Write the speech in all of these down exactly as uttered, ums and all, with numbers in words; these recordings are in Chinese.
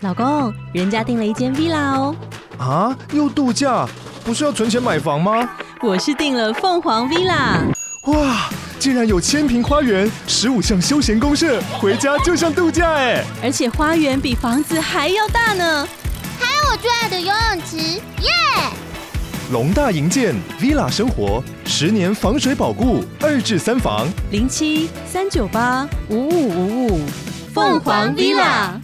老公，人家订了一间 villa 哦。 啊，又度假？不是要存钱买房吗？ 我是订了凤凰 villa。 哇，竟然有千坪花园，十五项休闲公设，回家就像度假哎！ 而且花园比房子还要大呢。 还有我最爱的游泳池，耶！ 龙大营建 villa 生活，十年防水保固，二至三房， 零七三九八五五五五，凤凰 villa。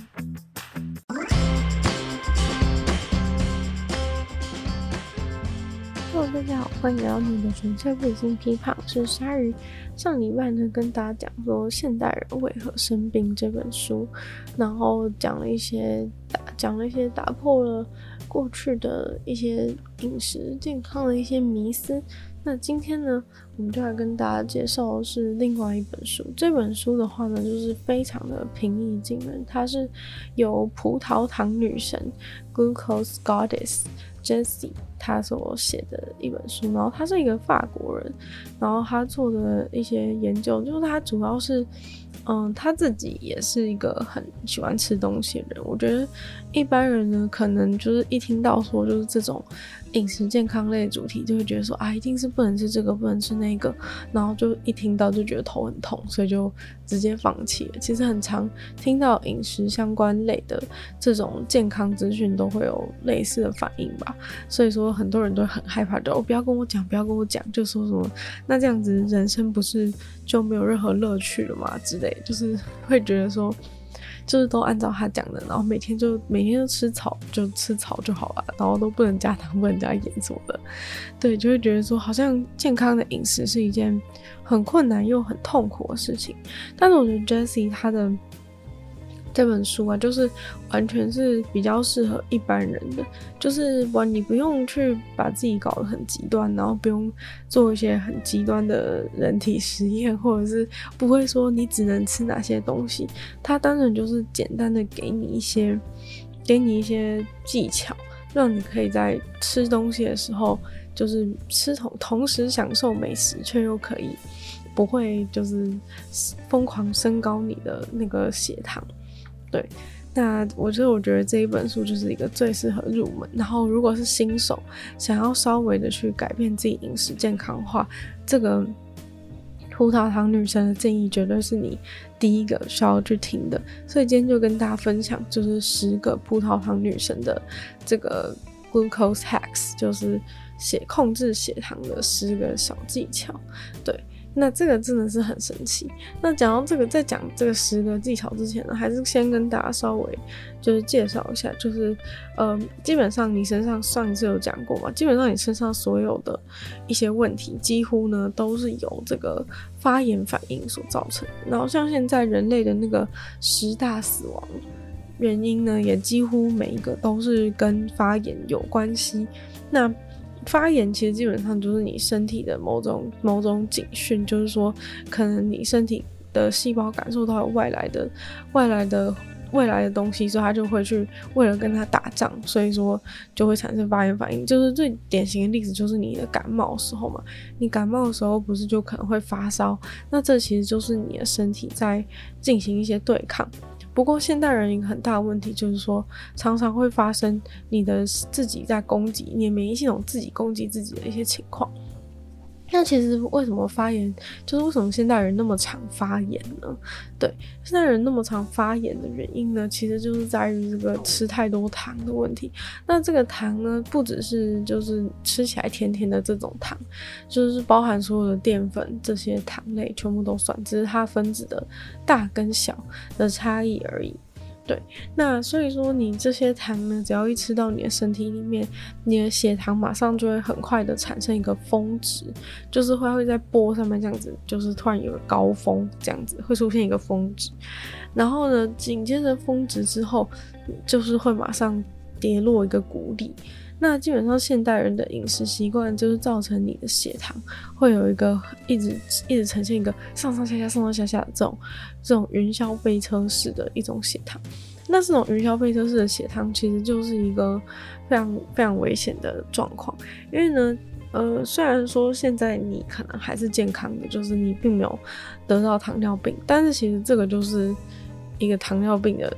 Hello， 大家好，欢迎来到你的纯粹不心批判，我是鲨鱼。上礼拜呢，跟大家讲说现代人为何生病这本书，然后讲了一些打讲了一些打破了过去的一些饮食健康的一些迷思。那今天呢，我们就来跟大家介绍的是另外一本书。这本书的话呢，就是非常的平易近人，它是由葡萄糖女神 Glucose Goddess Jessie 他所写的一本书，然后他是一个法国人，然后他做的一些研究，就是他主要是，嗯，他自己也是一个很喜欢吃东西的人。我觉得一般人呢，可能就是一听到说就是这种饮食健康类的主题，就会觉得说啊，一定是不能吃这个，不能吃那个，然后就一听到就觉得头很痛，所以就直接放弃了。其实很常听到饮食相关类的这种健康资讯，都会有类似的反应吧。所以说很多人都很害怕，就哦不要跟我讲，不要跟我讲，就说什么那这样子人生不是就没有任何乐趣了吗之类，就是会觉得说就是都按照他讲的，然后每天就每天就吃草，就吃草就好了，然后都不能加糖，不能加盐什么的。对，就会觉得说好像健康的饮食是一件很困难又很痛苦的事情。但是我觉得 Jessie 她的这本书啊，就是完全是比较适合一般人的，就是哇，你不用去把自己搞得很极端，然后不用做一些很极端的人体实验，或者是不会说你只能吃哪些东西，它单纯就是简单的给你一些给你一些技巧，让你可以在吃东西的时候，就是吃同同时享受美食，却又可以不会就是疯狂升高你的那个血糖。对，那我觉得我觉得这一本书就是一个最适合入门，然后如果是新手想要稍微的去改变自己饮食健康的话，这个葡萄糖女神的建议绝对是你第一个需要去听的。所以今天就跟大家分享就是十个葡萄糖女神的这个 glucose hacks， 就是血控制血糖的十个小技巧。对，那这个真的是很神奇。那讲到这个，在讲这个十个技巧之前呢，还是先跟大家稍微就是介绍一下，就是呃，基本上你身上上一次有讲过嘛，基本上你身上所有的一些问题，几乎呢都是由这个发炎反应所造成的。然后像现在人类的那个十大死亡原因呢，也几乎每一个都是跟发炎有关系。那发炎其实基本上就是你身体的某种某种警讯，就是说可能你身体的细胞感受到有外来的外来的未来的东西，所以它就会去为了跟它打仗，所以说就会产生发炎反应。就是最典型的例子就是你的感冒的时候嘛，你感冒的时候不是就可能会发烧，那这其实就是你的身体在进行一些对抗。不过现代人一个很大的问题就是说，常常会发生你的自己在攻击，你的免疫系统自己攻击自己的一些情况。那其实为什么发炎，就是为什么现代人那么常发炎呢？对，现代人那么常发炎的原因呢，其实就是在于这个吃太多糖的问题。那这个糖呢，不只是就是吃起来甜甜的这种糖，就是包含所有的淀粉这些糖类全部都算，只是它分子的大跟小的差异而已。对，那所以说你这些糖呢，只要一吃到你的身体里面，你的血糖马上就会很快的产生一个峰值，就是会会在波上面这样子，就是突然有个高峰，这样子会出现一个峰值，然后呢，紧接着峰值之后，就是会马上跌落一个谷底。那基本上现代人的饮食习惯就是造成你的血糖会有一个一直一直呈现一个上上下下上上下下的这种这种云霄飞车式的一种血糖。那这种云霄飞车式的血糖其实就是一个非常非常危险的状况，因为呢呃，虽然说现在你可能还是健康的，就是你并没有得到糖尿病，但是其实这个就是一个糖尿病的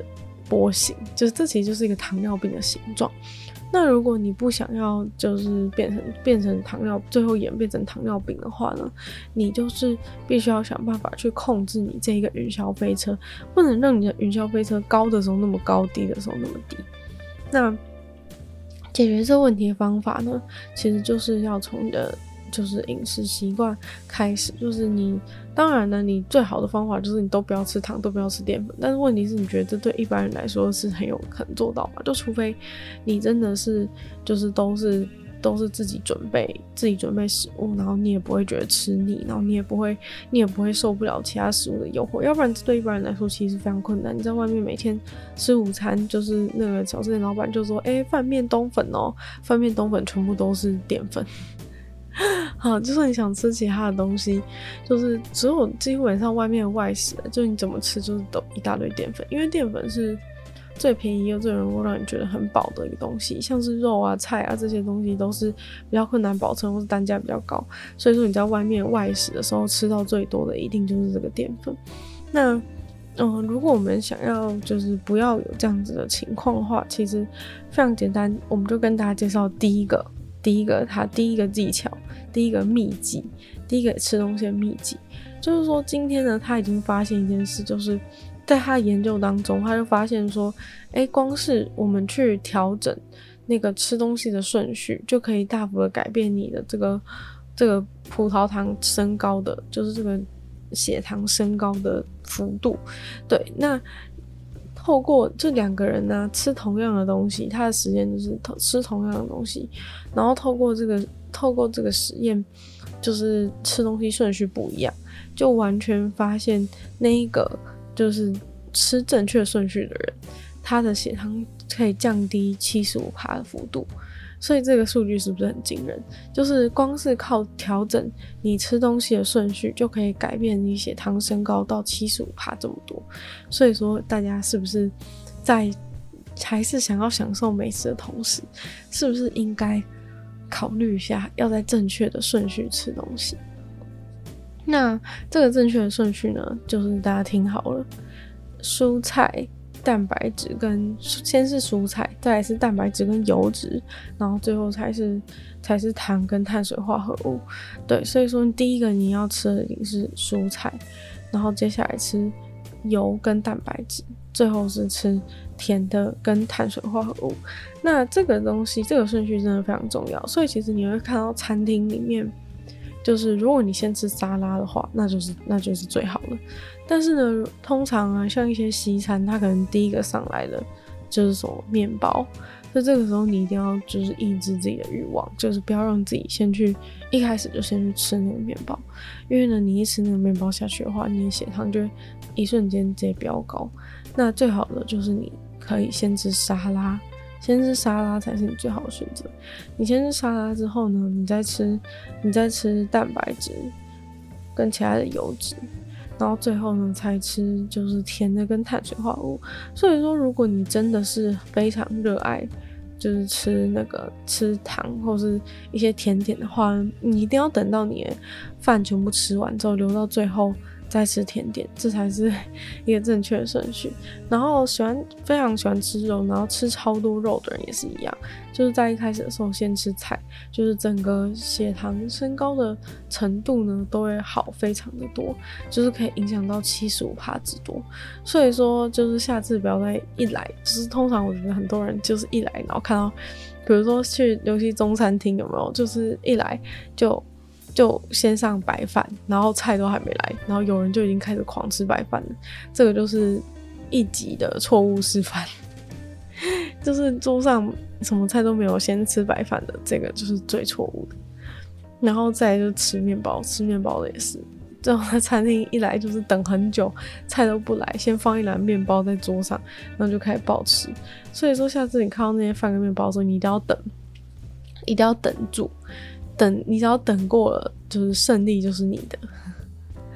波形，就是这其实就是一个糖尿病的形状。那如果你不想要就是变成变成糖尿，最后演变成糖尿病的话呢，你就是必须要想办法去控制你这一个云霄飞车，不能让你的云霄飞车高的时候那么高，低的时候那么低。那解决这个问题的方法呢，其实就是要从你的就是饮食习惯开始，就是你当然呢，你最好的方法就是你都不要吃糖，都不要吃淀粉。但是问题是，你觉得这对一般人来说是很有可能做到吗？就除非你真的是就是都是都是自己准备自己准备食物，然后你也不会觉得吃腻，然后你也不会你也不会受不了其他食物的诱惑，要不然这对一般人来说其实非常困难。你在外面每天吃午餐，就是那个小吃店老板就说：“哎、欸，饭面冬粉哦，饭面冬粉全部都是淀粉。”好，就算你想吃其他的东西，就是只有基本上外面的外食，就你怎么吃就是都一大堆淀粉，因为淀粉是最便宜又最能够让你觉得很饱的一个东西，像是肉啊、菜啊这些东西都是比较困难保存或是单价比较高，所以说你在外面外食的时候吃到最多的一定就是这个淀粉。那嗯，如果我们想要就是不要有这样子的情况的话，其实非常简单，我们就跟大家介绍第一个。第一个，他第一个技巧，第一个秘籍，第一个吃东西的秘籍，就是说今天呢，他已经发现一件事，就是在他的研究当中，他就发现说，哎，光是我们去调整那个吃东西的顺序，就可以大幅的改变你的这个这个葡萄糖升高的，就是这个血糖升高的幅度。对，那透过这两个人呢、啊、吃同样的东西，他的实验就是吃同样的东西，然后透过这个透过这个实验，就是吃东西顺序不一样，就完全发现那一个就是吃正确顺序的人，他的血糖可以降低 百分之七十五 的幅度。所以这个数据是不是很惊人？就是光是靠调整你吃东西的顺序，就可以改变你血糖升高到 百分之七十五 这么多。所以说大家是不是在还是想要享受美食的同时，是不是应该考虑一下要在正确的顺序吃东西？那这个正确的顺序呢，就是大家听好了，蔬菜、蛋白质跟先是蔬菜，再来是蛋白质跟油脂，然后最后才是才是糖跟碳水化合物。对，所以说第一个你要吃的一定是蔬菜，然后接下来吃油跟蛋白质，最后是吃甜的跟碳水化合物。那这个东西这个顺序真的非常重要，所以其实你会看到餐厅里面，就是如果你先吃沙拉的话，那就是那就是最好的。但是呢，通常啊，像一些西餐，它可能第一个上来的就是什么面包，所以这个时候你一定要就是抑制自己的欲望，就是不要让自己先去一开始就先去吃那个面包，因为呢，你一吃那个面包下去的话，你的血糖就会一瞬间直接飙高。那最好的就是你可以先吃沙拉。先吃沙拉才是你最好的选择。你先吃沙拉之后呢，你再吃，你再吃蛋白质跟其他的油脂，然后最后呢才吃就是甜的跟碳水化合物。所以说，如果你真的是非常热爱，就是吃那个吃糖或是一些甜点的话，你一定要等到你的饭全部吃完之后，留到最后再吃甜点，这才是一个正确的顺序。然后喜欢非常喜欢吃肉，然后吃超多肉的人也是一样，就是在一开始的时候先吃菜，就是整个血糖升高的程度呢都会好非常的多，就是可以影响到 百分之七十五 之多。所以说就是下次不要再一来，就是通常我觉得很多人就是一来然后看到比如说去尤其中餐厅有没有，就是一来就就先上白饭，然后菜都还没来，然后有人就已经开始狂吃白饭了，这个就是一级的错误示范。就是桌上什么菜都没有，先吃白饭的，这个就是最错误的。然后再来就吃面包，吃面包的也是，这种在餐厅一来就是等很久，菜都不来，先放一篮面包在桌上，然后就开始暴吃。所以说下次你看到那些饭跟面包的时候，你一定要等，一定要等住。等你只要等过了，就是胜利就是你的。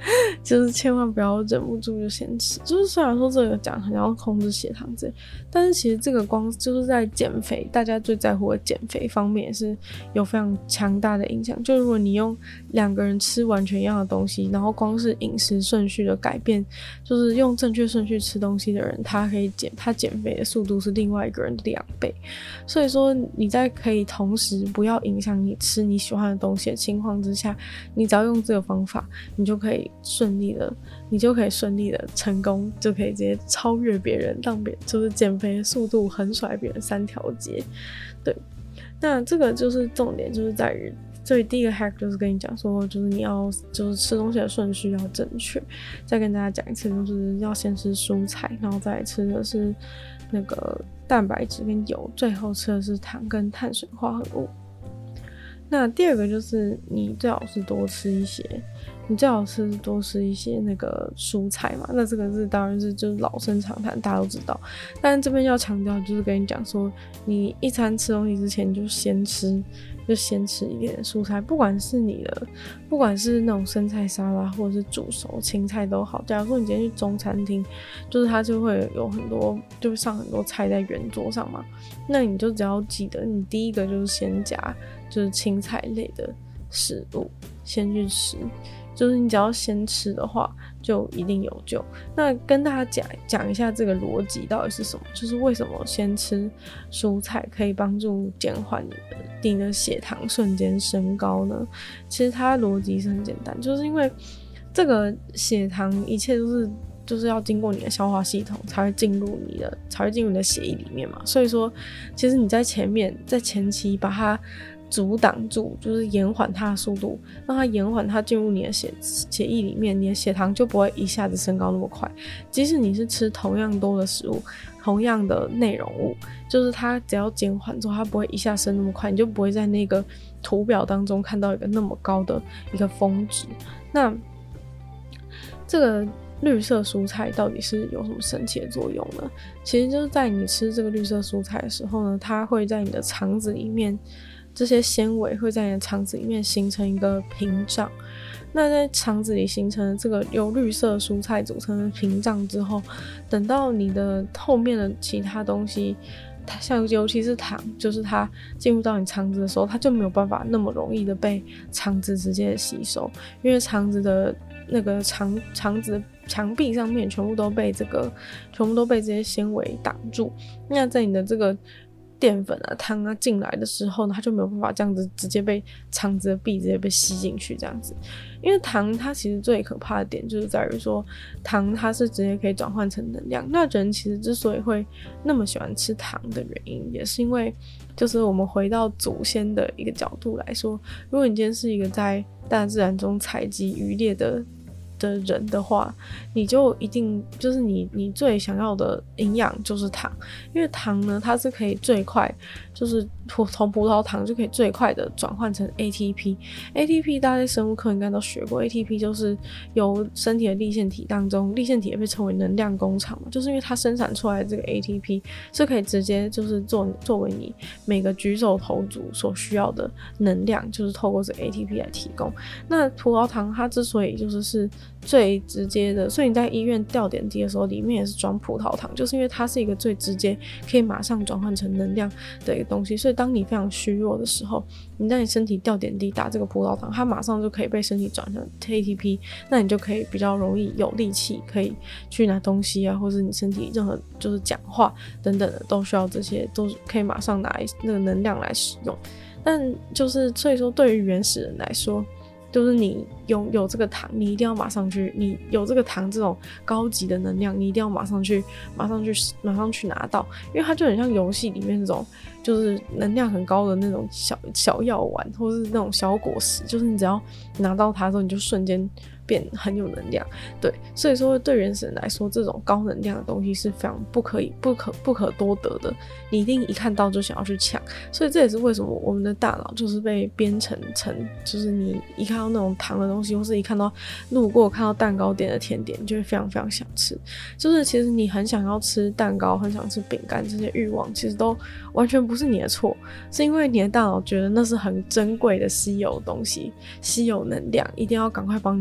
就是千万不要忍不住就先吃。就是虽然说这个讲很要控制血糖之类，但是其实这个光就是在减肥，大家最在乎的减肥方面也是有非常强大的影响。就如果你用两个人吃完全一样的东西，然后光是饮食顺序的改变，就是用正确顺序吃东西的人，他可以减，他减肥的速度是另外一个人的两倍。所以说你在可以同时不要影响你吃你喜欢的东西的情况之下，你只要用这个方法，你就可以顺利的，你就可以顺利的成功，就可以直接超越别人，让别人就是减肥的速度横甩别人三条街。对，那这个就是重点，就是在于，所以第一个 hack 就是跟你讲说，就是你要就是吃东西的顺序要正确。再跟大家讲一次，就是要先吃蔬菜，然后再吃的是那个蛋白质跟油，最后吃的是糖跟碳水化合物。那第二个就是你最好是多吃一些，你最好是多吃一些那个蔬菜嘛。那这个是当然是就是老生常谈，大家都知道。但是这边要强调就是跟你讲说，你一餐吃东西之前你就先吃，就先吃一点蔬菜，不管是你的，不管是那种生菜沙拉或者是煮熟青菜都好。假如说你今天去中餐厅，就是它就会有很多，就会上很多菜在圆桌上嘛，那你就只要记得，你第一个就是先夹就是青菜类的食物先去吃，就是你只要先吃的话就一定有救。那跟大家讲讲一下这个逻辑到底是什么，就是为什么先吃蔬菜可以帮助减缓你的你的血糖瞬间升高呢？其实它逻辑是很简单，就是因为这个血糖一切都是就是要经过你的消化系统才会进入你的才会进入你的血液里面嘛。所以说其实你在前面在前期把它阻挡住，就是延缓它的速度，让它延缓它进入你的血血液里面，你的血糖就不会一下子升高那么快。即使你是吃同样多的食物，同样的内容物，就是它只要减缓之后，它不会一下升那么快，你就不会在那个图表当中看到一个那么高的一个峰值。那这个绿色蔬菜到底是有什么神奇的作用呢？其实就是在你吃这个绿色蔬菜的时候呢，它会在你的肠子里面，这些纤维会在你的肠子里面形成一个屏障。那在肠子里形成的这个由绿色蔬菜组成的屏障之后，等到你的后面的其他东西，它像尤其是糖，就是它进入到你肠子的时候，它就没有办法那么容易的被肠子直接的吸收，因为肠子的那个肠肠子的墙壁上面全部都被这个全部都被这些纤维挡住。那在你的这个淀粉啊、汤啊进来的时候呢，它就没有办法这样子直接被肠子的壁直接被吸进去这样子。因为糖它其实最可怕的点就是在于说，糖它是直接可以转换成能量。那人其实之所以会那么喜欢吃糖的原因，也是因为就是我们回到祖先的一个角度来说，如果你今天是一个在大自然中采集渔猎的的人的话，你就一定就是你你最想要的营养就是糖。因为糖呢，它是可以最快就是从葡萄糖就可以最快的转换成 A T P。 A T P 大家在生物课应该都学过， A T P 就是由身体的粒线体当中，粒线体也被称为能量工厂嘛，就是因为它生产出来的这个 A T P 是可以直接就是作作为你每个举手投足所需要的能量，就是透过这个 A T P 来提供。那葡萄糖它之所以就是是最直接的，所以你在医院吊点滴的时候里面也是装葡萄糖，就是因为它是一个最直接可以马上转换成能量的一个东西。所以当你非常虚弱的时候，你在你身体吊点滴打这个葡萄糖，它马上就可以被身体转成 A T P， 那你就可以比较容易有力气可以去拿东西啊，或是你身体任何就是讲话等等的都需要这些，都可以马上拿那个能量来使用。但就是所以说对于原始人来说，就是你拥有这个糖，你一定要马上去，你有这个糖这种高级的能量，你一定要马上去马上去马上去拿到。因为它就很像游戏里面那种就是能量很高的那种小小药丸，或是那种小果实，就是你只要拿到它之后，你就瞬间变很有能量。对，所以说对原始人来说，这种高能量的东西是非常不可以不可不可多得的，你一定一看到就想要去抢。所以这也是为什么我们的大脑就是被编程成，就是你一看到那种糖的东西，或是一看到路过看到蛋糕店的甜点，你就会非常非常想吃。就是其实你很想要吃蛋糕，很想吃饼干，这些欲望其实都完全不是你的错，是因为你的大脑觉得那是很珍贵的稀有的东西，稀有能量，一定要赶快帮你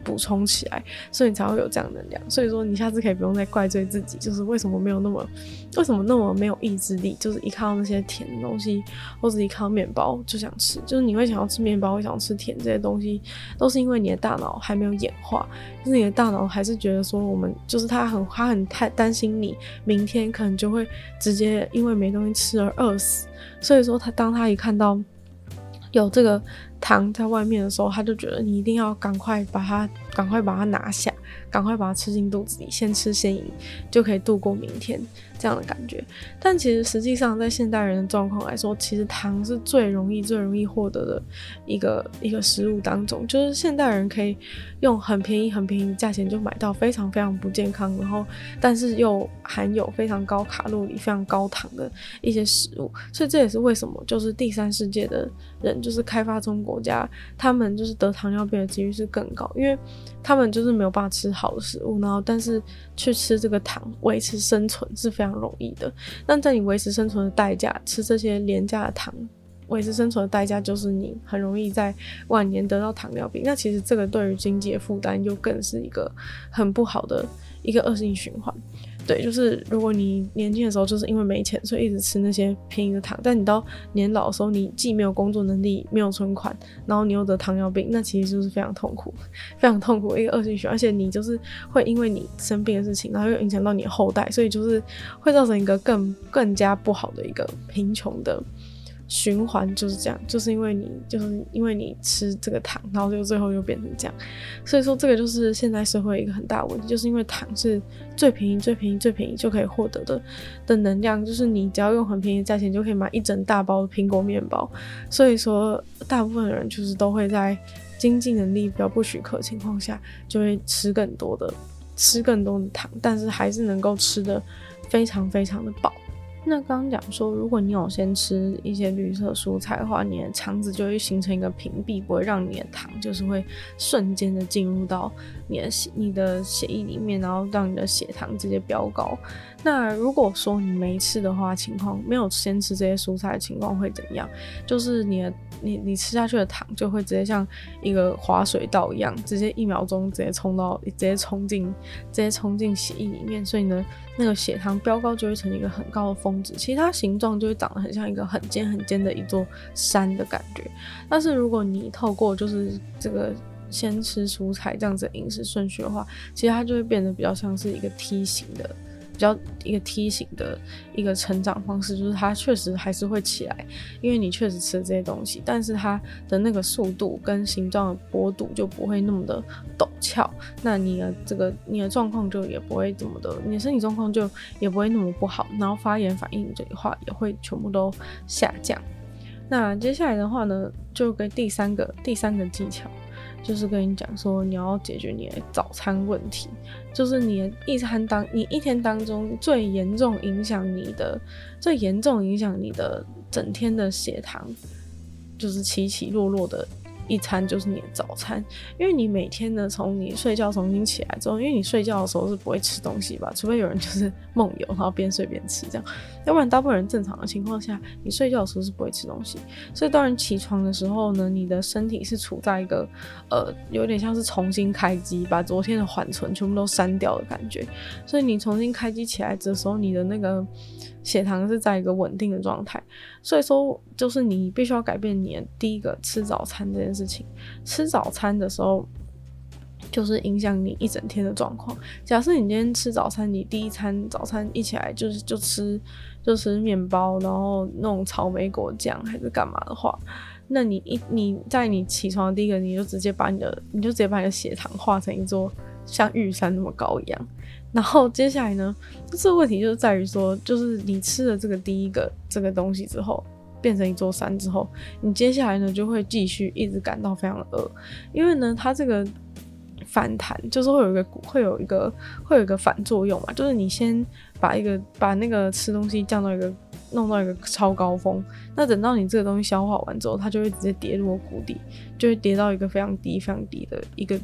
补充起来，所以你才会有这样的能量。所以说你下次可以不用再怪罪自己，就是为什么没有那么为什么那么没有意志力，就是一看到那些甜的东西或者一看到面包就想吃，就是你会想要吃面包会想要吃甜这些东西，都是因为你的大脑还没有演化，就是你的大脑还是觉得说我们就是他很他很太担心你明天可能就会直接因为没东西吃而饿死，所以说他当他一看到有这个糖在外面的时候，他就觉得你一定要赶快把它赶快把它拿下，赶快把它吃进肚子里，先吃先赢，就可以度过明天这样的感觉。但其实实际上在现代人的状况来说，其实糖是最容易最容易获得的一个一个食物当中，就是现代人可以用很便宜很便宜的价钱就买到非常非常不健康，然后但是又含有非常高卡路里非常高糖的一些食物。所以这也是为什么就是第三世界的人，就是开发中国家，他们就是得糖尿病的几率是更高，因为他们就是没有办法吃好的食物，然后但是去吃这个糖维持生存是非常容易的。但在你维持生存的代价，吃这些廉价的糖维持生存的代价就是你很容易在晚年得到糖尿病。那其实这个对于经济的负担又更是一个很不好的一个恶性循环。对，就是如果你年轻的时候就是因为没钱所以一直吃那些便宜的糖，但你到年老的时候你既没有工作能力没有存款，然后你又得糖尿病，那其实就是非常痛苦非常痛苦的一个恶性循环。而且你就是会因为你生病的事情然后又影响到你的后代，所以就是会造成一个更更加不好的一个贫穷的循环，就是这样，就是因为你就是因为你吃这个糖，然后就最后又变成这样。所以说这个就是现在社会一个很大的问题，就是因为糖是最便宜最便宜最便宜就可以获得的的能量，就是你只要用很便宜的价钱就可以买一整大包的苹果面包。所以说大部分的人就是都会在经济能力比较不许可的情况下就会吃更多的吃更多的糖，但是还是能够吃得非常非常的饱。那刚刚讲说，如果你有先吃一些绿色蔬菜的话，你的肠子就会形成一个屏蔽，不会让你的糖就是会瞬间的进入到你的血你的血液里面，然后让你的血糖直接飙高。那如果说你没吃的话，情况没有先吃这些蔬菜的情况会怎样？就是你的你你吃下去的糖就会直接像一个滑水道一样，直接一秒钟直接冲到直接冲进直接冲进血液里面，所以呢那个血糖飙高就会成一个很高的峰值，其实它形状就会长得很像一个很尖很尖的一座山的感觉。但是如果你透过就是这个先吃蔬菜这样子的饮食顺序的话，其实它就会变得比较像是一个梯形的比较一个梯形的一个成长方式，就是它确实还是会起来，因为你确实吃了这些东西，但是它的那个速度跟形状的坡度就不会那么的陡峭，那你的这个你的状况就也不会这么的，你的身体状况就也不会那么不好，然后发炎反应这一块也会全部都下降。那接下来的话呢，就跟第三个第三个技巧，就是跟你讲说你要解决你的早餐问题，就是你的一餐当你一天当中最严重影响你的最严重影响你的整天的血糖，就是起起落落的一餐就是你的早餐。因为你每天呢从你睡觉重新起来之后，因为你睡觉的时候是不会吃东西吧，除非有人就是梦游然后边睡边吃这样，要不然大部分人正常的情况下你睡觉的时候是不会吃东西。所以当然起床的时候呢，你的身体是处在一个呃有点像是重新开机，把昨天的缓存全部都删掉的感觉。所以你重新开机起来的时候，你的那个血糖是在一个稳定的状态。所以说就是你必须要改变你的第一个吃早餐这件事情。吃早餐的时候就是影响你一整天的状况。假设你今天吃早餐，你第一餐早餐一起来就是就吃就吃面包，然后那种草莓果酱还是干嘛的话，那你一你在你起床的第一个，你就直接把你的你就直接把你的血糖化成一座像玉山那么高一样。然后接下来呢，这个问题就是在于说，就是你吃了这个第一个这个东西之后，变成一座山之后，你接下来呢就会继续一直感到非常的饿，因为呢它这个反弹就是会有一个会有一个会有一个反作用嘛，就是你先把一个把那个吃东西降到一个弄到一个超高峰，那等到你这个东西消化完之后，它就会直接跌落谷底，就会跌到一个非常低非常低的一个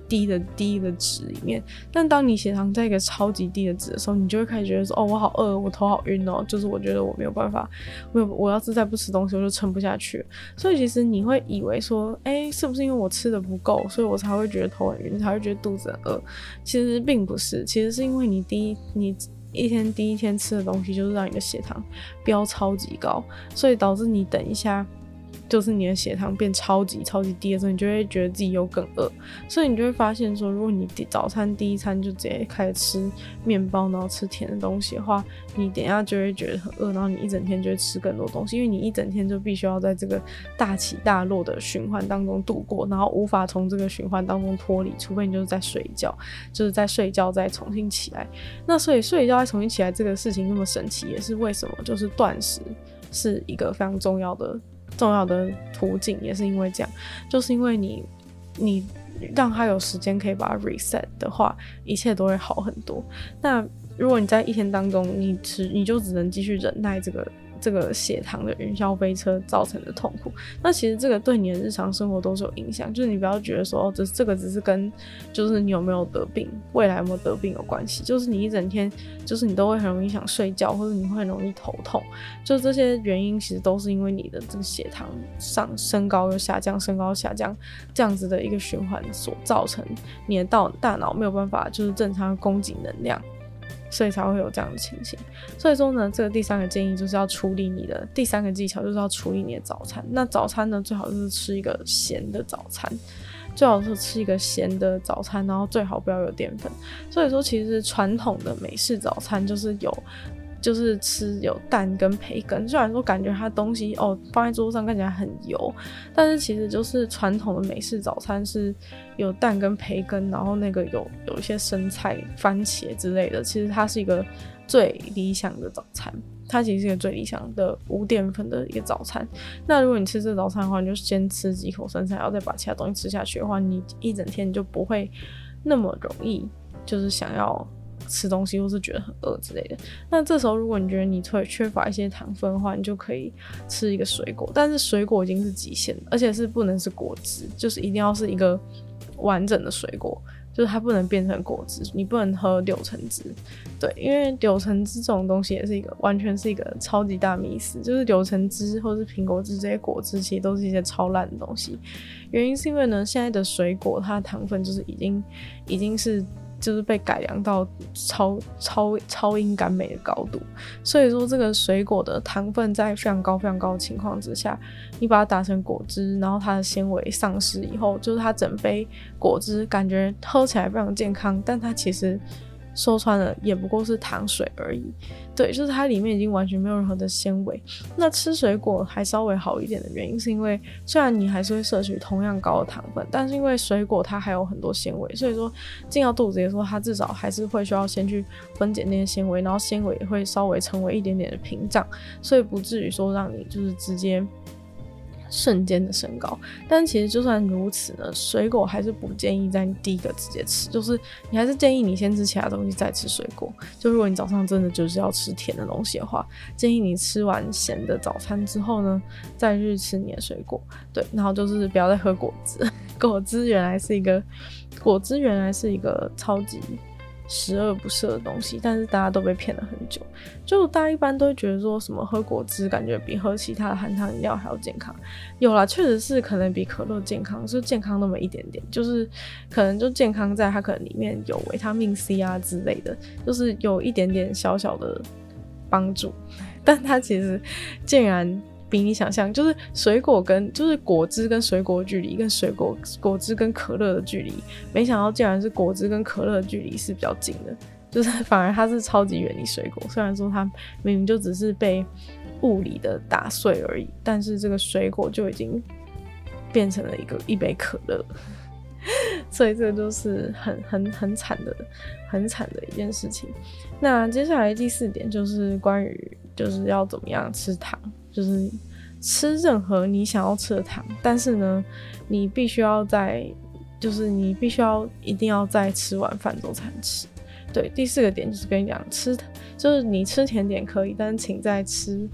低的低的值里面。但当你血糖在一个超级低的值的时候，你就会开始觉得说，哦，我好饿，我头好晕哦，就是我觉得我没有办法，我有我要是再不吃东西，我就撑不下去了。所以其实你会以为说，哎，是不是因为我吃的不够，所以我才会觉得头很晕，才会觉得肚子很饿？其实并不是，其实是因为你第一你一天第一天吃的东西就是让你的血糖飙超级高，所以导致你等一下就是你的血糖变超级超级低的时候，你就会觉得自己又更饿，所以你就会发现说，如果你早餐第一餐就直接开始吃面包，然后吃甜的东西的话，你等一下就会觉得很饿，然后你一整天就会吃更多东西，因为你一整天就必须要在这个大起大落的循环当中度过，然后无法从这个循环当中脱离，除非你就是在睡觉，就是在睡觉再重新起来。那所以睡觉再重新起来这个事情那么神奇，也是为什么就是断食是一个非常重要的重要的途径，也是因为这样，就是因为你你让他有时间可以把它 reset 的话，一切都会好很多。那如果你在一天当中你吃你就只能继续忍耐这个这个血糖的云霄飞车造成的痛苦，那其实这个对你的日常生活都是有影响。就是你不要觉得说，哦，这这个只是跟就是你有没有得病，未来有没有得病有关系。就是你一整天，就是你都会很容易想睡觉，或者你会很容易头痛，就这些原因其实都是因为你的这个血糖上升高又下降，升高下降这样子的一个循环所造成，你的大大脑没有办法就是正常供给能量。所以才会有这样的情形。所以说呢，这个第三个建议就是要处理你的第三个技巧，就是要处理你的早餐。那早餐呢，最好就是吃一个咸的早餐，最好是吃一个咸的早餐，然后最好不要有淀粉。所以说，其实传统的美式早餐就是有。就是吃有蛋跟培根，虽然说感觉它东西哦放在桌上看起来很油，但是其实就是传统的美式早餐是有蛋跟培根，然后那个有有一些生菜、番茄之类的，其实它是一个最理想的早餐。它其实是一个最理想的无淀粉的一个早餐。那如果你吃这个早餐的话，你就先吃几口生菜，然后再把其他东西吃下去的话，你一整天就不会那么容易就是想要吃东西或是觉得很饿之类的。那这时候如果你觉得你会缺乏一些糖分的话，你就可以吃一个水果，但是水果已经是极限了，而且是不能是果汁，就是一定要是一个完整的水果，就是它不能变成果汁，你不能喝柳橙汁。对，因为柳橙汁这种东西也是一个完全是一个超级大迷思，就是柳橙汁或是苹果汁这些果汁其实都是一些超烂的东西。原因是因为呢，现在的水果它的糖分就是已经已经是就是被改良到超超超英赶美的高度，所以说这个水果的糖分在非常高非常高的情况之下，你把它打成果汁，然后它的纤维丧失以后，就是它整杯果汁感觉喝起来非常健康，但它其实说穿了也不过是糖水而已。对，就是它里面已经完全没有任何的纤维。那吃水果还稍微好一点的原因是因为虽然你还是会摄取同样高的糖分，但是因为水果它还有很多纤维，所以说进到肚子的时候它至少还是会需要先去分解那些纤维，然后纤维也会稍微成为一点点的屏障，所以不至于说让你就是直接瞬间的升高。但其实就算如此呢，水果还是不建议在你第一个直接吃，就是你还是建议你先吃其他东西再吃水果。就如果你早上真的就是要吃甜的东西的话，建议你吃完咸的早餐之后呢，再去吃你的水果。对，然后就是不要再喝果汁，果汁原来是一个果汁原来是一个超级十恶不赦的东西，但是大家都被骗了很久。就大家一般都会觉得说什么喝果汁感觉比喝其他的含糖饮料还要健康，有啦，确实是可能比可乐健康，就健康那么一点点，就是可能就健康在它可能里面有维他命 C 啊之类的，就是有一点点小小的帮助，但它其实竟然比你想象，就是水果跟就是果汁跟水果的距离跟水果果汁跟可乐的距离，没想到竟然是果汁跟可乐的距离是比较近的，就是反而它是超级远离水果。虽然说它明明就只是被物理的打碎而已，但是这个水果就已经变成了一个一杯可乐，所以这个就是很很很惨的很惨的一件事情。那接下来第四点就是关于就是要怎么样吃糖，就是吃任何你想要吃的糖，但是呢你必须要在就是你必须要一定要在吃完饭之后才能吃。对，第四个点就是跟你讲，吃就是你吃甜点可以，但是请在吃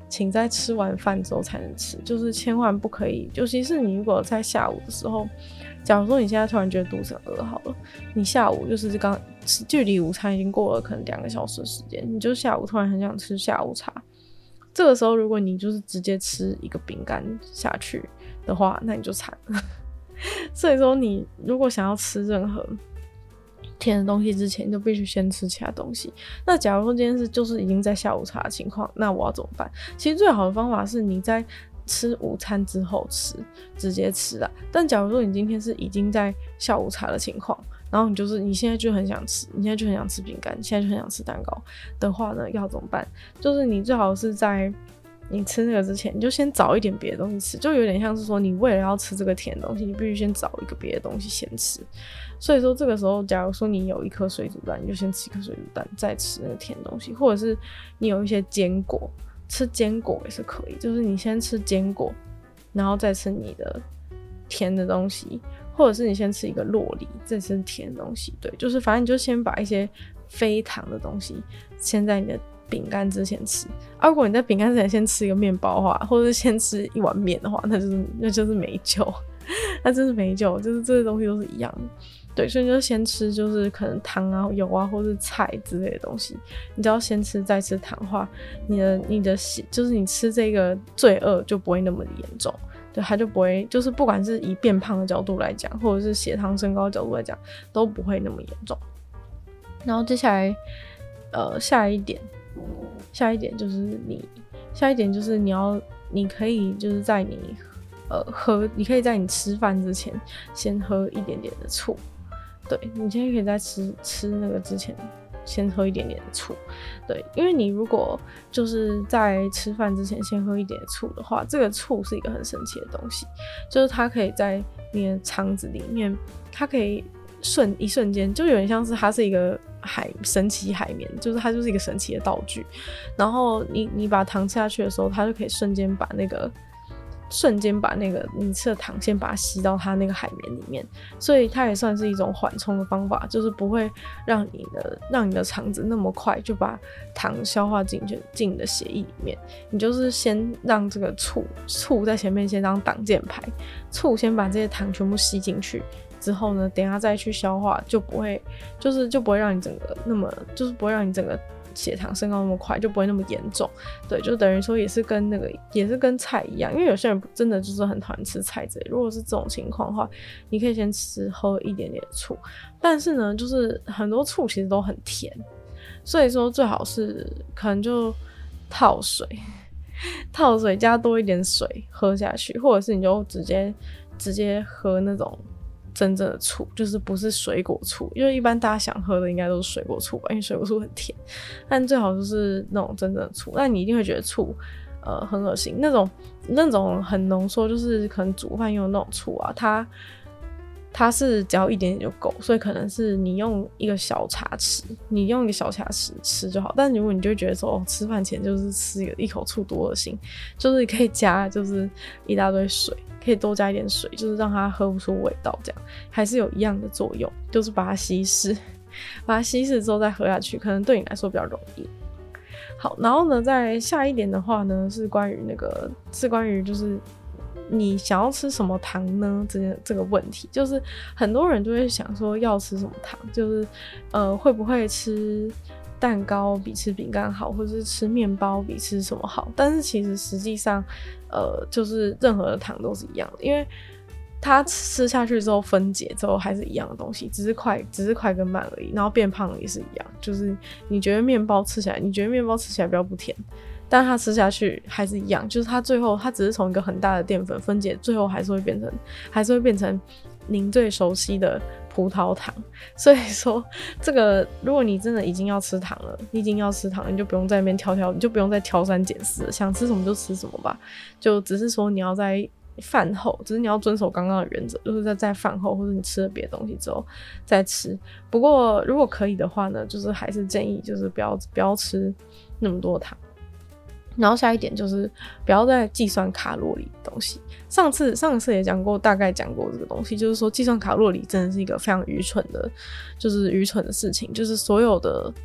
请在吃完饭之后才能吃，就是千万不可以，尤其是你如果在下午的时候，假如说你现在突然觉得肚子很饿好了，你下午就是刚距离午餐已经过了可能两个小时的时间，你就下午突然很想吃下午茶，这个时候如果你就是直接吃一个饼干下去的话，那你就惨了。所以说你如果想要吃任何甜的东西之前，就必须先吃其他东西。那假如说今天是就是已经在下午茶的情况，那我要怎么办？其实最好的方法是你在吃午餐之后吃，直接吃啦。但假如说你今天是已经在下午茶的情况，然后你就是你现在就很想吃，你现在就很想吃饼干，你现在就很想吃蛋糕的话呢，要怎么办？就是你最好是在你吃那个之前，你就先找一点别的东西吃，就有点像是说你为了要吃这个甜的东西，你必须先找一个别的东西先吃。所以说这个时候，假如说你有一颗水煮蛋，你就先吃一颗水煮蛋，再吃那个甜的东西，或者是你有一些坚果，吃坚果也是可以，就是你先吃坚果，然后再吃你的甜的东西，或者是你先吃一个酪梨，再吃甜的东西。对，就是反正你就先把一些非糖的东西先在你的饼干之前吃，啊，如果你在饼干之前先吃一个面包的话，或者是先吃一碗面的话，那就是那就是没救，那真是没救，就是这些东西都是一样的。对，所以你就先吃就是可能汤啊、油啊，或是菜之类的东西，你只要先吃再吃糖的话，你的你的就是你吃这个罪恶就不会那么严重。对，它就不会，就是不管是以变胖的角度来讲，或者是血糖升高的角度来讲，都不会那么严重。然后接下来，呃，下一点，下一点就是你，下一点就是你要，你可以就是在你，呃，喝，你可以在你吃饭之前先喝一点点的醋。对，你现在可以在吃吃那个之前先喝一点点的醋。对，因为你如果就是在吃饭之前先喝一点醋的话，这个醋是一个很神奇的东西，就是它可以在你的肠子里面，它可以瞬一瞬间，就有点像是它是一个海神奇海绵，就是它就是一个神奇的道具。然后你你把糖吃下去的时候，它就可以瞬间把那个瞬间把那个你吃的糖先把它吸到它那个海绵里面，所以它也算是一种缓冲的方法，就是不会让你的让你的肠子那么快就把糖消化进去进你的血液里面。你就是先让这个醋醋在前面先当挡箭牌，醋先把这些糖全部吸进去之后呢，等一下再去消化，就不会就是就不会让你整个那么就是不会让你整个血糖升高那么快，就不会那么严重。对，就等于说也是跟那个也是跟菜一样，因为有些人真的就是很讨厌吃菜之类，如果是这种情况的话，你可以先吃喝一点点醋，但是呢就是很多醋其实都很甜，所以说最好是可能就套水套水加多一点水喝下去，或者是你就直接直接喝那种真正的醋，就是不是水果醋，因为一般大家想喝的应该都是水果醋吧，因为水果醋很甜，但最好就是那种真正的醋。那你一定会觉得醋呃很恶心，那种那种很浓缩，就是可能煮饭用的那种醋啊，它它是只要一点点就够，所以可能是你用一个小茶匙，你用一个小茶匙吃就好。但如果你就会觉得说，哦，吃饭前就是吃一个一口醋多恶心，就是可以加就是一大堆水。可以多加一点水，就是让它喝不出味道，这样还是有一样的作用，就是把它稀释，把它稀释之后再喝下去，可能对你来说比较容易。好，然后呢，再下一点的话呢，是关于那个，是关于就是你想要吃什么糖呢？这件这个问题，就是很多人就会想说要吃什么糖，就是呃会不会吃蛋糕比吃饼干好，或者是吃面包比吃什么好？但是其实实际上，呃，就是任何的糖都是一样的，因为它吃下去之后分解之后还是一样的东西，只是快，只是快跟慢而已。然后变胖也是一样，就是你觉得面包吃起来，你觉得面包吃起来比较不甜，但它吃下去还是一样，就是它最后它只是从一个很大的淀粉分解，最后还是会变成，还是会变成您最熟悉的葡萄糖。所以说这个如果你真的已经要吃糖了，你已经要吃糖了，你就不用在那边挑挑，你就不用再挑三拣四了，想吃什么就吃什么吧。就只是说你要在饭后，只是你要遵守刚刚的原则，就是在在饭后或者你吃了别的东西之后再吃。不过如果可以的话呢，就是还是建议就是不要不要吃那么多糖。然后下一点就是不要再计算卡路里的东西。上次上次也讲过，大概讲过这个东西，就是说计算卡路里真的是一个非常愚蠢的，就是愚蠢的事情。就是所有的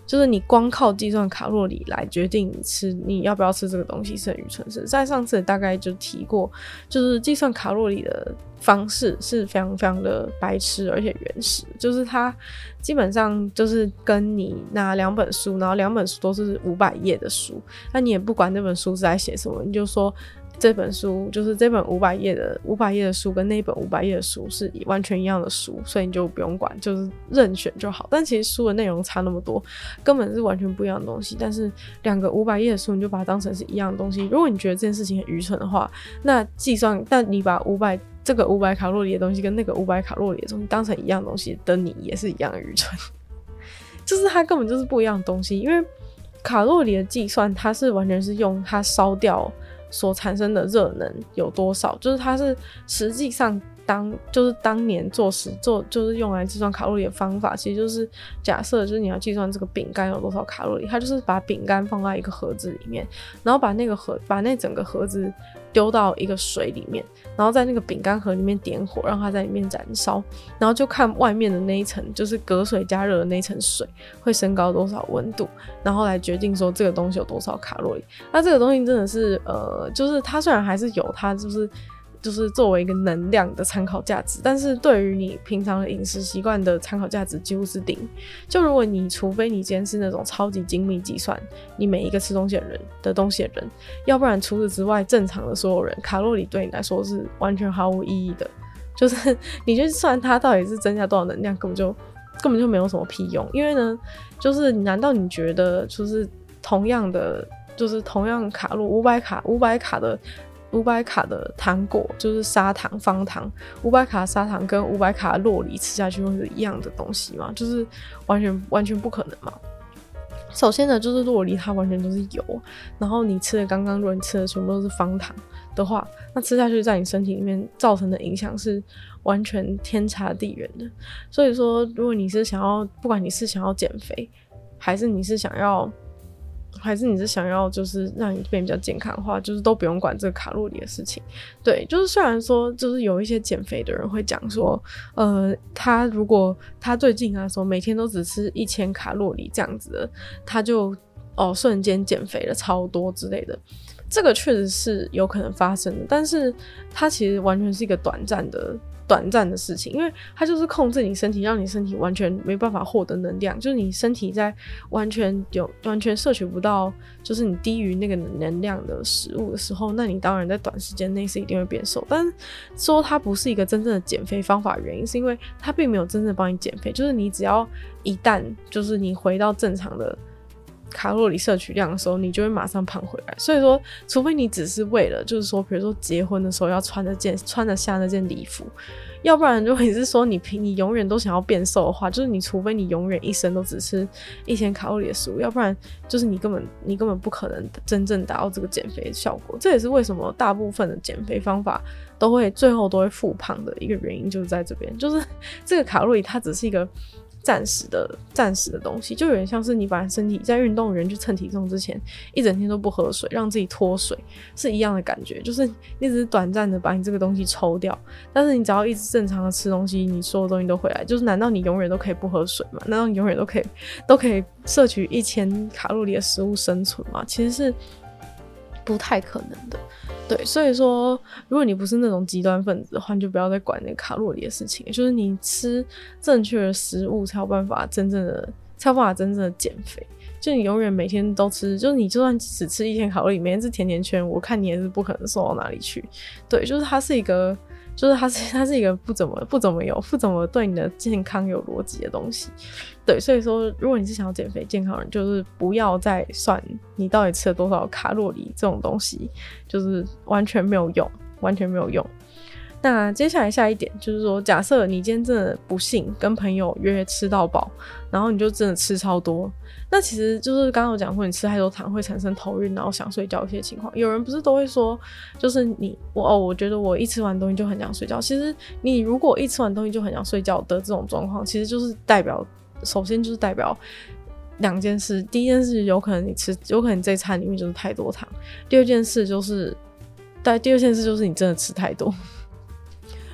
就是你光靠计算卡路里来决定你吃你要不要吃这个东西是很愚蠢的事。在上次大概就提过，就是计算卡路里的方式是非常非常的白痴而且原始，就是它基本上就是跟你拿两本书，然后两本书都是五百页的书，那你也不管那本书是在写什么，你就说这本书就是这本五百页的五百页的书跟那本五百页的书是完全一样的书，所以你就不用管，就是任选就好。但其实书的内容差那么多，根本是完全不一样的东西，但是两个五百页的书你就把它当成是一样的东西。如果你觉得这件事情很愚蠢的话，那计算那你把五百这个五百卡路里的东西跟那个五百卡路里的东西当成一样的东西的你也是一样的愚蠢。就是它根本就是不一样的东西，因为卡路里的计算它是完全是用它烧掉所产生的热能有多少，就是它是实际上当就是当年做实做就是用来计算卡路里的方法，其实就是假设就是你要计算这个饼干有多少卡路里，它就是把饼干放在一个盒子里面，然后把那个盒把那整个盒子丢到一个水里面，然后在那个饼干盒里面点火，让它在里面燃烧，然后就看外面的那一层就是隔水加热的那一层水会升高多少温度，然后来决定说这个东西有多少卡路里。那这个东西真的是呃，就是它虽然还是有它就是就是作为一个能量的参考价值，但是对于你平常的饮食习惯的参考价值几乎是零。就如果你除非你今天是那种超级精密计算你每一个吃东西的人的东西的人，要不然除此之外正常的所有人卡路里对你来说是完全毫无意义的，就是你去算它到底是增加多少能量根本就根本就没有什么屁用。因为呢就是难道你觉得就是同样的就是同样卡路五百卡五百卡的五百卡的糖果就是砂糖方糖，五百卡的砂糖跟五百卡的酪梨吃下去会是一样的东西吗？就是完全完全不可能嘛。首先呢就是酪梨它完全都是油，然后你吃的刚刚如果你吃的全部都是方糖的话，那吃下去在你身体里面造成的影响是完全天差地远的。所以说如果你是想要不管你是想要减肥还是你是想要还是你是想要就是让你变比较健康的话，就是都不用管这个卡路里的事情。对，就是虽然说就是有一些减肥的人会讲说呃，他如果他最近啊说每天都只吃一千卡路里这样子的，他就哦瞬间减肥了超多之类的，这个确实是有可能发生的，但是它其实完全是一个短暂的短暂的事情，因为它就是控制你身体，让你身体完全没办法获得能量，就是你身体在完全有完全摄取不到就是你低于那个能量的食物的时候，那你当然在短时间内是一定会变瘦。但是说它不是一个真正的减肥方法的原因是因为它并没有真正帮你减肥，就是你只要一旦就是你回到正常的卡路里摄取量的时候，你就会马上胖回来。所以说除非你只是为了就是说比如说结婚的时候要穿得件穿得下那件礼服，要不然如果你是说你平你永远都想要变瘦的话，就是你除非你永远一生都只吃一千卡路里的食物，要不然就是你根本你根本不可能真正达到这个减肥的效果。这也是为什么大部分的减肥方法都会最后都会复胖的一个原因，就是在这边，就是这个卡路里它只是一个暂时的暂时的东西，就有点像是你把身体在运动员去称体重之前一整天都不喝水，让自己脱水是一样的感觉，就是你只是短暂的把你这个东西抽掉，但是你只要一直正常的吃东西，你所有东西都回来。就是难道你永远都可以不喝水吗？难道你永远都可以都可以摄取一千卡路里的食物生存吗？其实是不太可能的。对，所以说如果你不是那种极端分子的话，你就不要再管那个卡路里的事情，就是你吃正确的食物才有办法真正的才有办法真正的减肥。就你永远每天都吃，就是你就算只吃一千卡路里，每天吃甜甜圈，我看你也是不可能瘦到哪里去。对，就是它是一个就是它是它是一个不怎么不怎么有不怎么对你的健康有逻辑的东西。对，所以说如果你是想要减肥健康的人，就是不要再算你到底吃了多少卡路里，这种东西就是完全没有用，完全没有用。那接下来下一点就是说，假设你今天真的不幸跟朋友约吃到饱，然后你就真的吃超多，那其实就是刚刚有讲过，你吃太多糖会产生头晕，然后想睡觉一些情况。有人不是都会说，就是你我哦，我觉得我一吃完东西就很想睡觉。其实你如果一吃完东西就很想睡觉的这种状况，其实就是代表，首先就是代表两件事。第一件事有可能你吃，有可能你这一餐里面就是太多糖。第二件事就是，但第二件事就是你真的吃太多。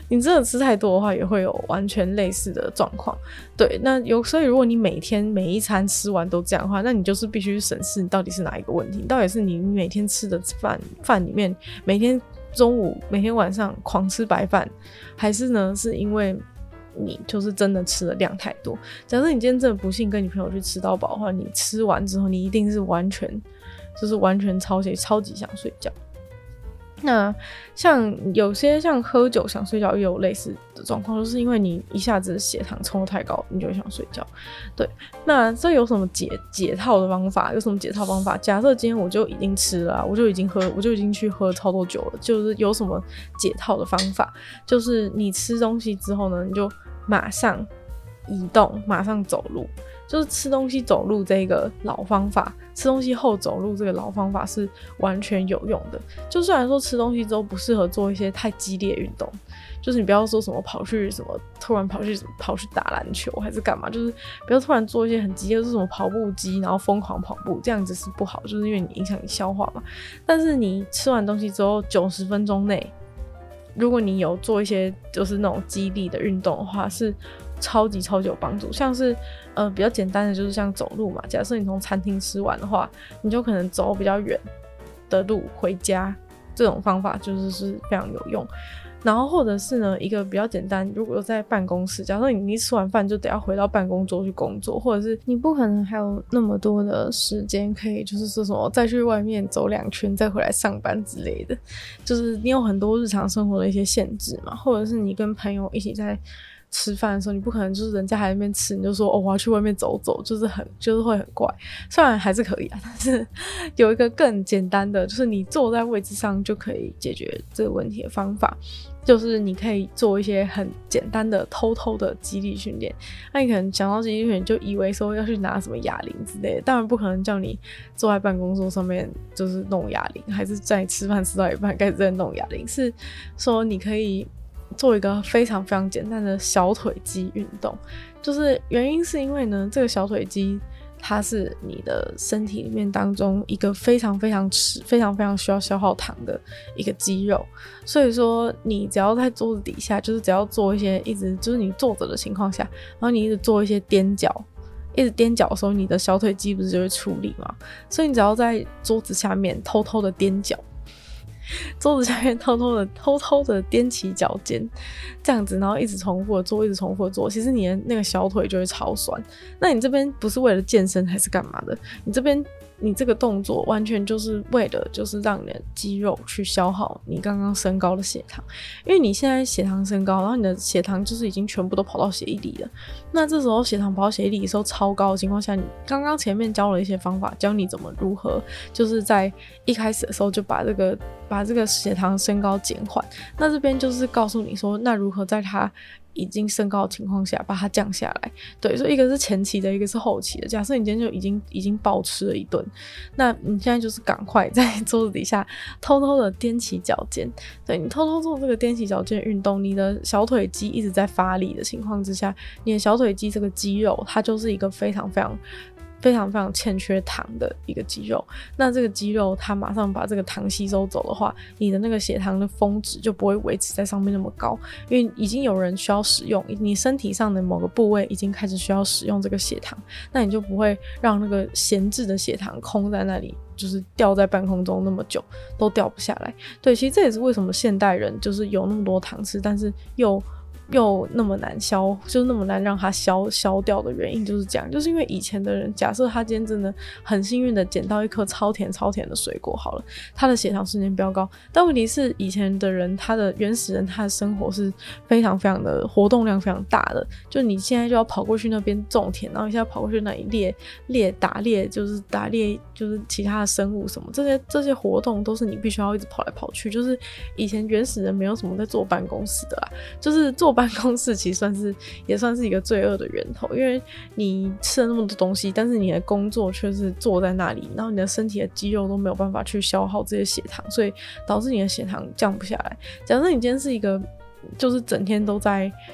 你真的吃太多的话，也会有完全类似的状况。对，那有所以如果你每天每一餐吃完都这样的话，那你就是必须审视你到底是哪一个问题，到底是你每天吃的饭饭里面每天中午每天晚上狂吃白饭，还是呢是因为你就是真的吃的量太多。假设你今天真的不幸跟你朋友去吃到饱的话，你吃完之后你一定是完全就是完全超级超级想睡觉。那像有些像喝酒想睡觉也有类似的状况，就是因为你一下子血糖冲得太高，你就会想睡觉。对，那这有什么解解套的方法？有什么解套方法？假设今天我就已经吃了、啊，我就已经喝，我就已经去喝超多酒了，就是有什么解套的方法？就是你吃东西之后呢，你就马上移动，马上走路。就是吃东西走路这个老方法，吃东西后走路这个老方法是完全有用的。就虽然说吃东西之后不适合做一些太激烈运动，就是你不要说什么跑去什么突然跑去跑去打篮球还是干嘛，就是不要突然做一些很激烈，就是什么跑步机然后疯狂跑步，这样子是不好，就是因为你影响你消化嘛。但是你吃完东西之后九十分钟内，如果你有做一些就是那种激励的运动的话，是超级超级有帮助。像是呃比较简单的就是像走路嘛，假设你从餐厅吃完的话，你就可能走比较远的路回家，这种方法就是是非常有用。然后或者是呢一个比较简单，如果在办公室，假设你一吃完饭就得要回到办公桌去工作，或者是你不可能还有那么多的时间可以就是说什么再去外面走两圈再回来上班之类的，就是你有很多日常生活的一些限制嘛，或者是你跟朋友一起在吃饭的时候，你不可能就是人家还在那边吃，你就说哦我要去外面走走，就是很就是会很怪。虽然还是可以啊，但是有一个更简单的，就是你坐在位置上就可以解决这个问题的方法，就是你可以做一些很简单的偷偷的肌力训练。那你可能想到肌力训练就以为说要去拿什么哑铃之类的，当然不可能叫你坐在办公桌上面就是弄哑铃，还是在吃饭吃到一半开始在弄哑铃，是说你可以做一个非常非常简单的小腿肌运动。就是原因是因为呢，这个小腿肌它是你的身体里面当中一个非常非常吃非常非常需要消耗糖的一个肌肉，所以说你只要在桌子底下，就是只要做一些一直就是你坐着的情况下，然后你一直做一些踮脚，一直踮脚的时候，你的小腿肌不是就会出力嘛？所以你只要在桌子下面偷偷的踮脚，桌子下面偷偷的偷偷的踮起脚尖，这样子，然后一直重复的做，一直重复的做，其实你的那个小腿就会超酸。那你这边不是为了健身还是干嘛的？你这边你这个动作完全就是为了就是让你的肌肉去消耗你刚刚升高的血糖，因为你现在血糖升高，然后你的血糖就是已经全部都跑到血液里了。那这时候血糖跑到血液里的时候超高的情况下，你刚刚前面教了一些方法，教你怎么如何就是在一开始的时候就把这个把这个血糖升高减缓。那这边就是告诉你说，那如何在它已经升高的情况下把它降下来。对，所以一个是前期的，一个是后期的。假设你今天就已经已经暴吃了一顿，那你现在就是赶快在桌子底下偷偷的踮起脚尖。对，你偷偷做这个踮起脚尖的运动，你的小腿肌一直在发力的情况之下，你的小腿肌这个肌肉它就是一个非常非常非常非常欠缺糖的一个肌肉。那这个肌肉它马上把这个糖吸收走的话，你的那个血糖的峰值就不会维持在上面那么高，因为已经有人需要使用，你身体上的某个部位已经开始需要使用这个血糖，那你就不会让那个闲置的血糖空在那里，就是掉在半空中那么久都掉不下来。对，其实这也是为什么现代人就是有那么多糖吃，但是又又那么难消，就是那么难让它消消掉的原因就是这样，就是因为以前的人，假设他今天真的很幸运的捡到一颗超甜超甜的水果好了，他的血糖瞬间飙高。但问题是以前的人，他的原始人他的生活是非常非常的活动量非常大的，就你现在就要跑过去那边种田，然后一下跑过去那里猎猎打猎，就是打猎就是其他的生物什么，这些这些活动都是你必须要一直跑来跑去，就是以前原始人没有什么在坐办公室的啦，就是坐办公室其实算是也算是一个罪恶的源头，因为你吃了那么多东西，但是你的工作却是坐在那里，然后你的身体的肌肉都没有办法去消耗这些血糖，所以导致你的血糖降不下来。假设你今天是一个就是整天都在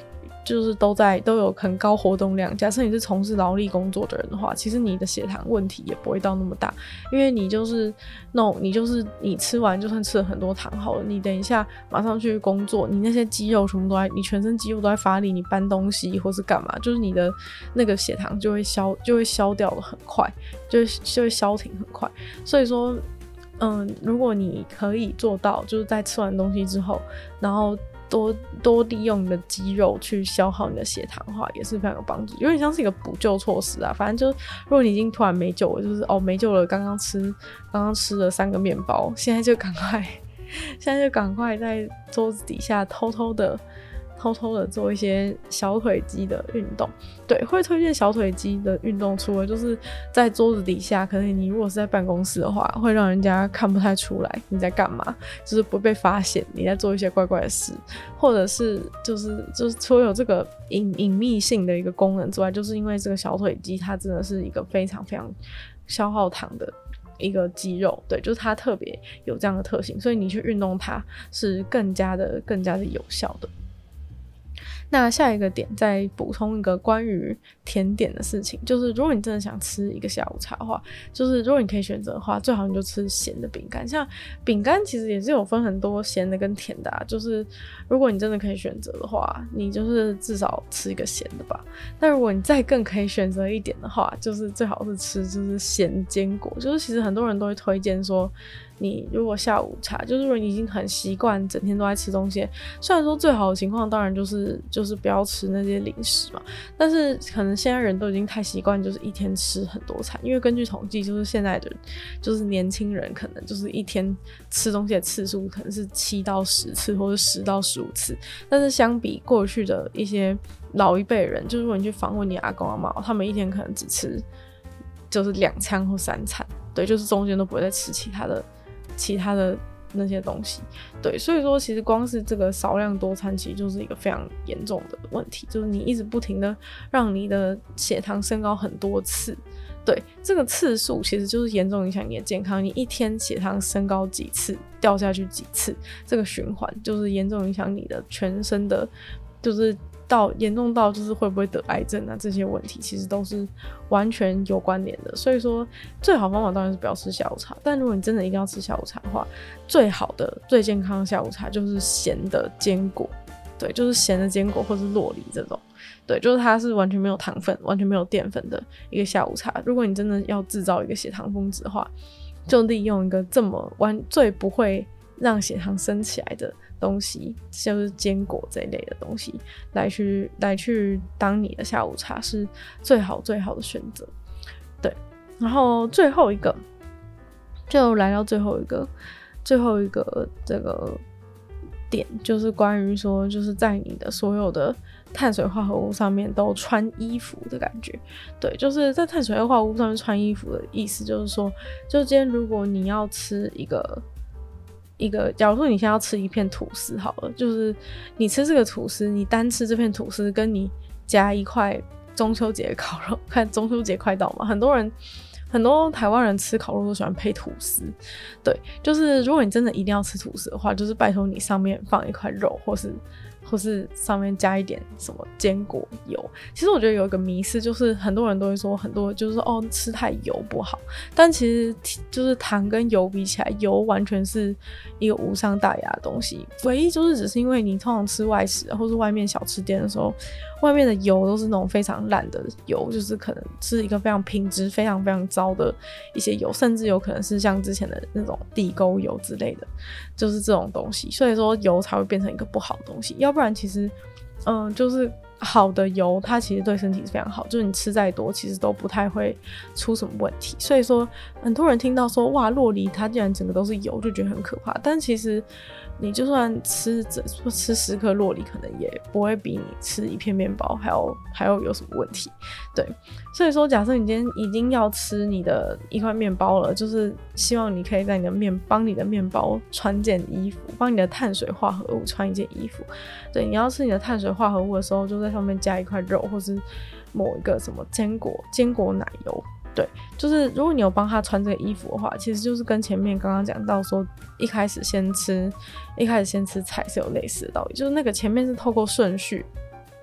就是都在都有很高活动量，假设你是从事劳力工作的人的话，其实你的血糖问题也不会到那么大，因为你就是那种你就是你吃完就算吃了很多糖好了，你等一下马上去工作，你那些肌肉什么都在，你全身肌肉都在发力，你搬东西或是干嘛，就是你的那个血糖就会消就会消掉的很快，就会就会消停很快。所以说嗯，如果你可以做到就是在吃完东西之后，然后多多利用你的肌肉去消耗你的血糖的话，也是非常有帮助，有点像是一个补救措施啊。反正就是如果你已经突然没救了，就是哦没救了，刚刚吃刚刚吃了三个面包，现在就赶快现在就赶快在桌子底下偷偷的偷偷的做一些小腿肌的运动。对，会推荐小腿肌的运动，除了就是在桌子底下，可能你如果是在办公室的话，会让人家看不太出来你在干嘛，就是不被发现你在做一些怪怪的事，或者是就是就是除了有这个隐隐秘性的一个功能之外，就是因为这个小腿肌它真的是一个非常非常消耗糖的一个肌肉，对，就是它特别有这样的特性，所以你去运动它是更加的更加的有效的。那下一个点再补充一个关于甜点的事情，就是如果你真的想吃一个下午茶的话，就是如果你可以选择的话，最好你就吃咸的饼干。像饼干其实也是有分很多咸的跟甜的啊，就是如果你真的可以选择的话，你就是至少吃一个咸的吧。那如果你再更可以选择一点的话，就是最好是吃就是咸坚果。就是其实很多人都会推荐说，你如果下午茶，就是如果你已经很习惯整天都在吃东西，虽然说最好的情况当然就是就是不要吃那些零食嘛，但是可能现在人都已经太习惯就是一天吃很多餐，因为根据统计，就是现在的就是年轻人可能就是一天吃东西的次数可能是七到十次或者十到十五次，但是相比过去的一些老一辈人，就是如果你去访问你阿公阿嬷，他们一天可能只吃就是两餐或三餐，对，就是中间都不会再吃其他的其他的那些东西，对，所以说其实光是这个少量多餐其实就是一个非常严重的问题，就是你一直不停的让你的血糖升高很多次，对，这个次数其实就是严重影响你的健康，你一天血糖升高几次掉下去几次，这个循环就是严重影响你的全身的，就是到严重到就是会不会得癌症啊，这些问题其实都是完全有关联的。所以说最好方法当然是不要吃下午茶，但如果你真的一定要吃下午茶的话，最好的最健康的下午茶就是咸的坚果，对，就是咸的坚果或是酪梨这种，对，就是它是完全没有糖分完全没有淀粉的一个下午茶。如果你真的要制造一个血糖峰值的话，就利用一个这么完最不会让血糖升起来的东西，就是坚果这一类的东西来去来去当你的下午茶是最好最好的选择。对，然后最后一个就来到最后一个最后一个这个点，就是关于说就是在你的所有的碳水化合物上面都穿衣服的感觉。对，就是在碳水化合物上面穿衣服的意思就是说，就今天如果你要吃一个一个假如说你现在要吃一片吐司好了，就是你吃这个吐司，你单吃这片吐司跟你加一块中秋节烤肉，看中秋节快到嘛，很多人很多台湾人吃烤肉都喜欢配吐司。对，就是如果你真的一定要吃吐司的话，就是拜托你上面放一块肉，或是或是上面加一点什么坚果油。其实我觉得有一个迷思，就是很多人都会说很多就是说哦吃太油不好，但其实就是糖跟油比起来，油完全是一个无伤大雅的东西，唯一就是只是因为你通常吃外食或是外面小吃店的时候，外面的油都是那种非常烂的油，就是可能是一个非常品质非常非常糟的一些油，甚至有可能是像之前的那种地沟油之类的，就是这种东西，所以说油才会变成一个不好的东西。要不然其实嗯、呃，就是好的油它其实对身体是非常好，就是你吃再多其实都不太会出什么问题。所以说很多人听到说哇酪梨它竟然整个都是油就觉得很可怕，但其实你就算吃吃十颗酪梨可能也不会比你吃一片面包还要还要有什么问题。对，所以说假设你今天已经要吃你的一块面包了，就是希望你可以在你的面帮你的面包穿件衣服，帮你的碳水化合物穿一件衣服。对，你要吃你的碳水化合物的时候，就在上面加一块肉，或是抹一个什么坚果坚果奶油。对，就是如果你有帮他穿这个衣服的话，其实就是跟前面刚刚讲到说一开始先吃一开始先吃菜是有类似的道理，就是那个前面是透过顺序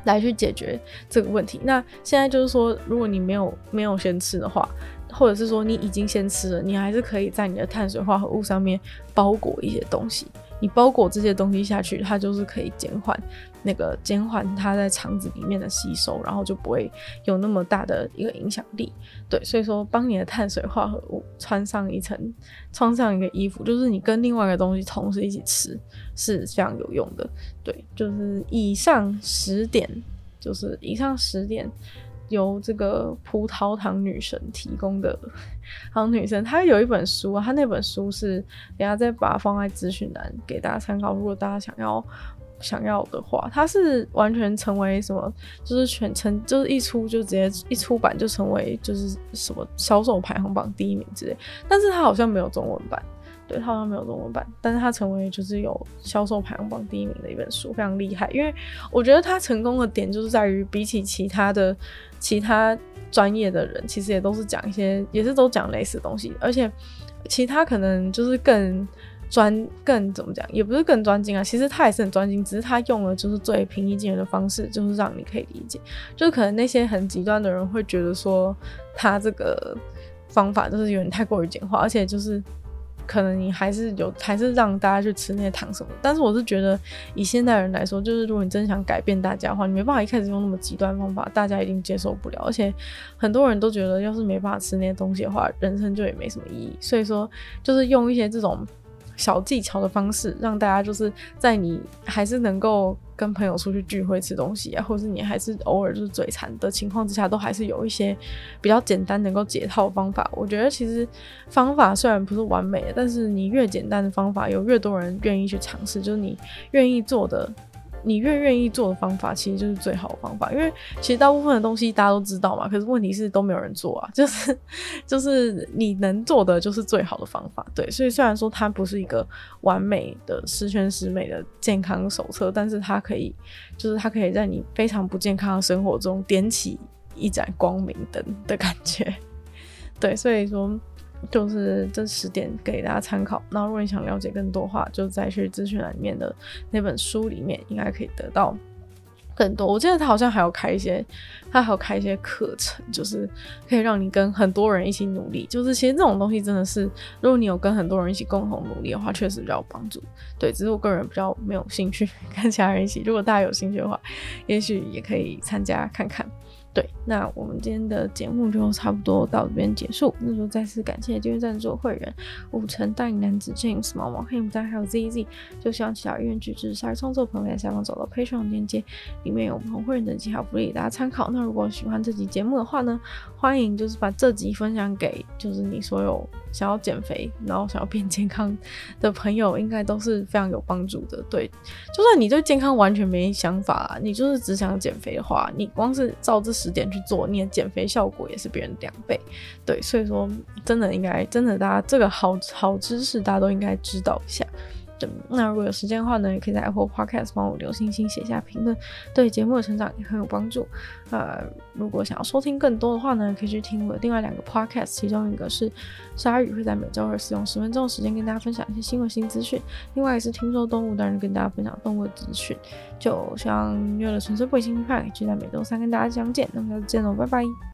来去解决这个问题。那现在就是说，如果你没有没有先吃的话，或者是说你已经先吃了，你还是可以在你的碳水化合物上面包裹一些东西。你包裹这些东西下去，它就是可以减缓那个减缓它在肠子里面的吸收，然后就不会有那么大的一个影响力。对，所以说帮你的碳水化合物穿上一层，穿上一个衣服，就是你跟另外一个东西同时一起吃，是非常有用的。对，就是以上十点，就是以上十点。由这个葡萄糖女神提供的糖女神，她有一本书啊，她那本书是等一下再把它放在资讯栏给大家参考。如果大家想要想要的话，它是完全成为什么，就是全程就是一出就直接一出版就成为就是什么销售排行榜第一名之类，但是它好像没有中文版。对，它好像没有中文版，但是它成为就是有销售排行榜第一名的一本书，非常厉害。因为我觉得它成功的点就是在于，比起其他的其他专业的人，其实也都是讲一些，也是都讲类似的东西，而且其他可能就是更专，更怎么讲，也不是更专精啊，其实他也是很专精，只是他用了就是最平易近人的方式，就是让你可以理解。就是可能那些很极端的人会觉得说，他这个方法就是有点太过于简化，而且就是可能你还是有还是让大家去吃那些糖什么的。但是我是觉得以现代人来说，就是如果你真想改变大家的话，你没办法一开始用那么极端方法，大家一定接受不了。而且很多人都觉得要是没办法吃那些东西的话，人生就也没什么意义。所以说就是用一些这种小技巧的方式，让大家就是在你还是能够跟朋友出去聚会吃东西啊，或是你还是偶尔就是嘴馋的情况之下，都还是有一些比较简单能够解套的方法。我觉得其实方法虽然不是完美的，但是你越简单的方法，有越多人愿意去尝试，就是你愿意做的你越愿意做的方法，其实就是最好的方法。因为其实大部分的东西大家都知道嘛，可是问题是都没有人做啊，就是就是你能做的就是最好的方法。对，所以虽然说它不是一个完美的十全十美的健康手册，但是它可以就是它可以在你非常不健康的生活中点起一盏光明灯的感觉。对，所以说就是这十点给大家参考。那如果你想了解更多的话，就再去资讯栏里面的那本书里面，应该可以得到更多。我记得他好像还有开一些，他还有开一些课程，就是可以让你跟很多人一起努力。就是其实这种东西真的是，如果你有跟很多人一起共同努力的话，确实比较有帮助。对，只是我个人比较没有兴趣跟其他人一起。如果大家有兴趣的话，也许也可以参加看看。对，那我们今天的节目就差不多到这边结束。那就再次感谢今天赞助的会员五成大龄男子 James、毛毛黑牡丹还有 Z Z。就希望其他愿举支持创作朋友在下方找到 Patreon 链接，里面有不同会员等级还有福利给大家参考。那如果喜欢这集节目的话呢，欢迎就是把这集分享给就是你所有想要减肥然后想要变健康的朋友，应该都是非常有帮助的。对，就算你对健康完全没想法啦，你就是只想减肥的话，你光是照这十点去做，你的减肥效果也是别人两倍。对，所以说真的应该真的大家这个好好知识大家都应该知道一下。对，那如果有时间的话呢，也可以在 Apple Podcast 帮我留星星写下评论，对节目的成长也很有帮助。呃，如果想要收听更多的话呢，可以去听我的另外两个 Podcast， 其中一个是鲨鱼，会在每周二使用十分钟的时间跟大家分享一些新闻新资讯，另外也是听说动物当然跟大家分享动物的资讯。就像约了纯粹不理性批判，就在每周三跟大家相见，那么下次见喽，拜拜。